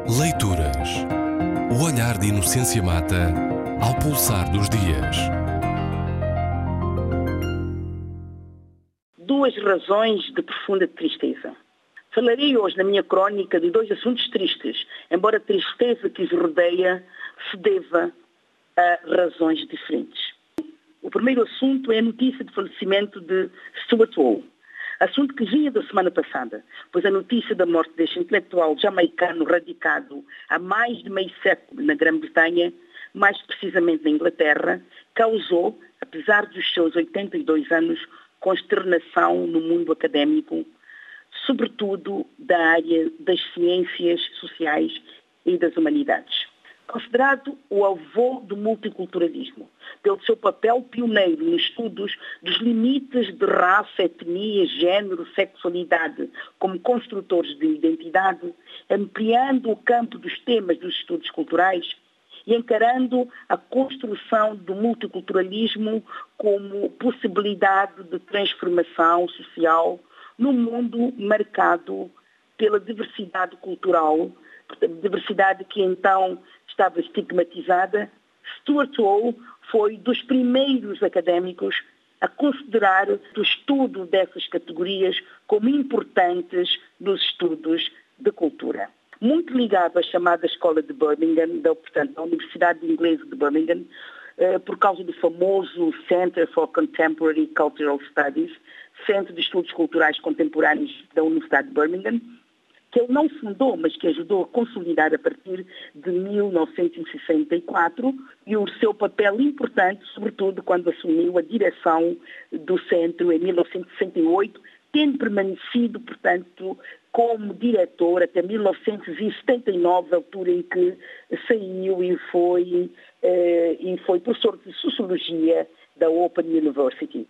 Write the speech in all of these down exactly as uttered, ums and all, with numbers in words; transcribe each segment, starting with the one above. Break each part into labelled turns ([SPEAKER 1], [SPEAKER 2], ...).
[SPEAKER 1] Leituras. O olhar de Inocência Mata ao pulsar dos dias.
[SPEAKER 2] Duas razões de profunda tristeza. Falarei hoje na minha crónica de dois assuntos tristes, embora a tristeza que os rodeia se deva a razões diferentes. O primeiro assunto é a notícia de falecimento de Stuart Hall. Assunto que vinha da semana passada, pois a notícia da morte deste intelectual jamaicano radicado há mais de meio século na Grã-Bretanha, mais precisamente na Inglaterra, causou, apesar dos seus oitenta e dois anos, consternação no mundo académico, sobretudo da área das ciências sociais e das humanidades. Considerado o avô do multiculturalismo, pelo seu papel pioneiro nos estudos dos limites de raça, etnia, género, sexualidade como construtores de identidade, ampliando o campo dos temas dos estudos culturais e encarando a construção do multiculturalismo como possibilidade de transformação social num mundo marcado pela diversidade cultural, diversidade que então estava estigmatizada. Stuart Hall foi dos primeiros académicos a considerar o estudo dessas categorias como importantes nos estudos de cultura. Muito ligado à chamada Escola de Birmingham, da, portanto, da Universidade Inglesa de Birmingham, eh, por causa do famoso Center for Contemporary Cultural Studies, Centro de Estudos Culturais Contemporâneos da Universidade de Birmingham, que ele não fundou, mas que ajudou a consolidar a partir de mil novecentos e sessenta e quatro, e o seu papel importante, sobretudo quando assumiu a direção do centro em mil novecentos e sessenta e oito, tendo permanecido, portanto, como diretor até mil novecentos e setenta e nove, a altura em que saiu e foi, eh, e foi professor de Sociologia da Open University.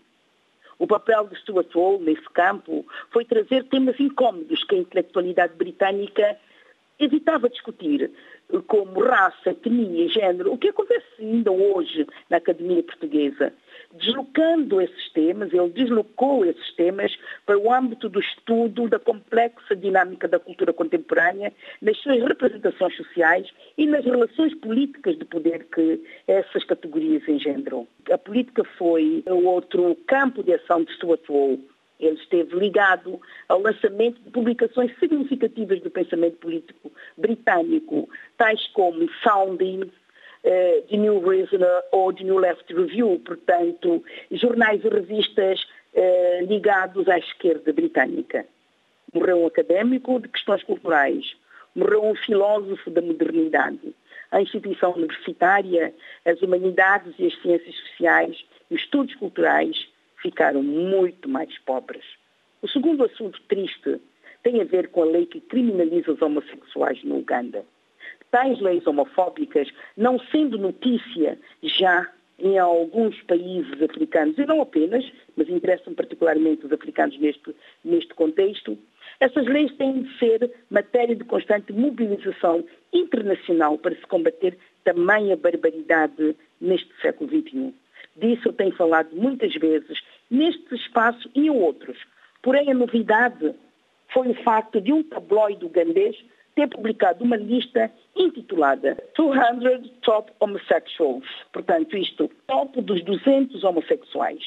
[SPEAKER 2] O papel de Stuart Hall nesse campo foi trazer temas incómodos que a intelectualidade britânica evitava discutir, como raça, etnia, género, o que acontece ainda hoje na Academia Portuguesa. Deslocando esses temas, ele deslocou esses temas para o âmbito do estudo da complexa dinâmica da cultura contemporânea, nas suas representações sociais e nas relações políticas de poder que essas categorias engendram. A política foi o outro campo de ação de Stuart Hall. Ele esteve ligado ao lançamento de publicações significativas do pensamento político britânico, tais como Soundings, uh, The New Reasoner ou The New Left Review, portanto, jornais e revistas uh, ligados à esquerda britânica. Morreu um académico de questões culturais, morreu um filósofo da modernidade. A instituição universitária, as humanidades e as ciências sociais e os estudos culturais ficaram muito mais pobres. O segundo assunto triste tem a ver com a lei que criminaliza os homossexuais no Uganda. Tais leis homofóbicas, não sendo notícia já em alguns países africanos, e não apenas, mas interessam particularmente os africanos neste, neste contexto, essas leis têm de ser matéria de constante mobilização internacional para se combater tamanha barbaridade neste século vinte e um. Disso eu tenho falado muitas vezes neste espaço e em outros. Porém, a novidade foi o facto de um tabloide ugandês ter publicado uma lista intitulada duzentos Top Homosexuals. Portanto, isto, top dos duzentos homossexuais.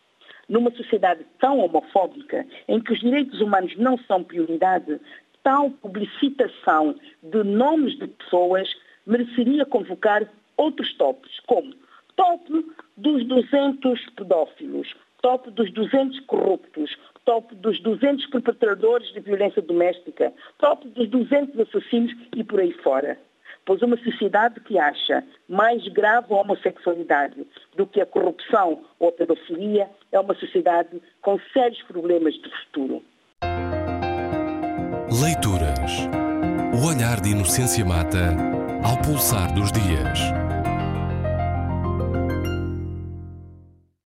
[SPEAKER 2] Numa sociedade tão homofóbica, em que os direitos humanos não são prioridade, tal publicitação de nomes de pessoas mereceria convocar outros tops, como top dos duzentos pedófilos, top dos duzentos corruptos, top dos duzentos perpetradores de violência doméstica, top dos duzentos assassinos e por aí fora. Pois uma sociedade que acha mais grave a homossexualidade do que a corrupção ou a pedofilia é uma sociedade com sérios problemas de futuro.
[SPEAKER 1] Leituras. O olhar de Inocência Mata ao pulsar dos dias.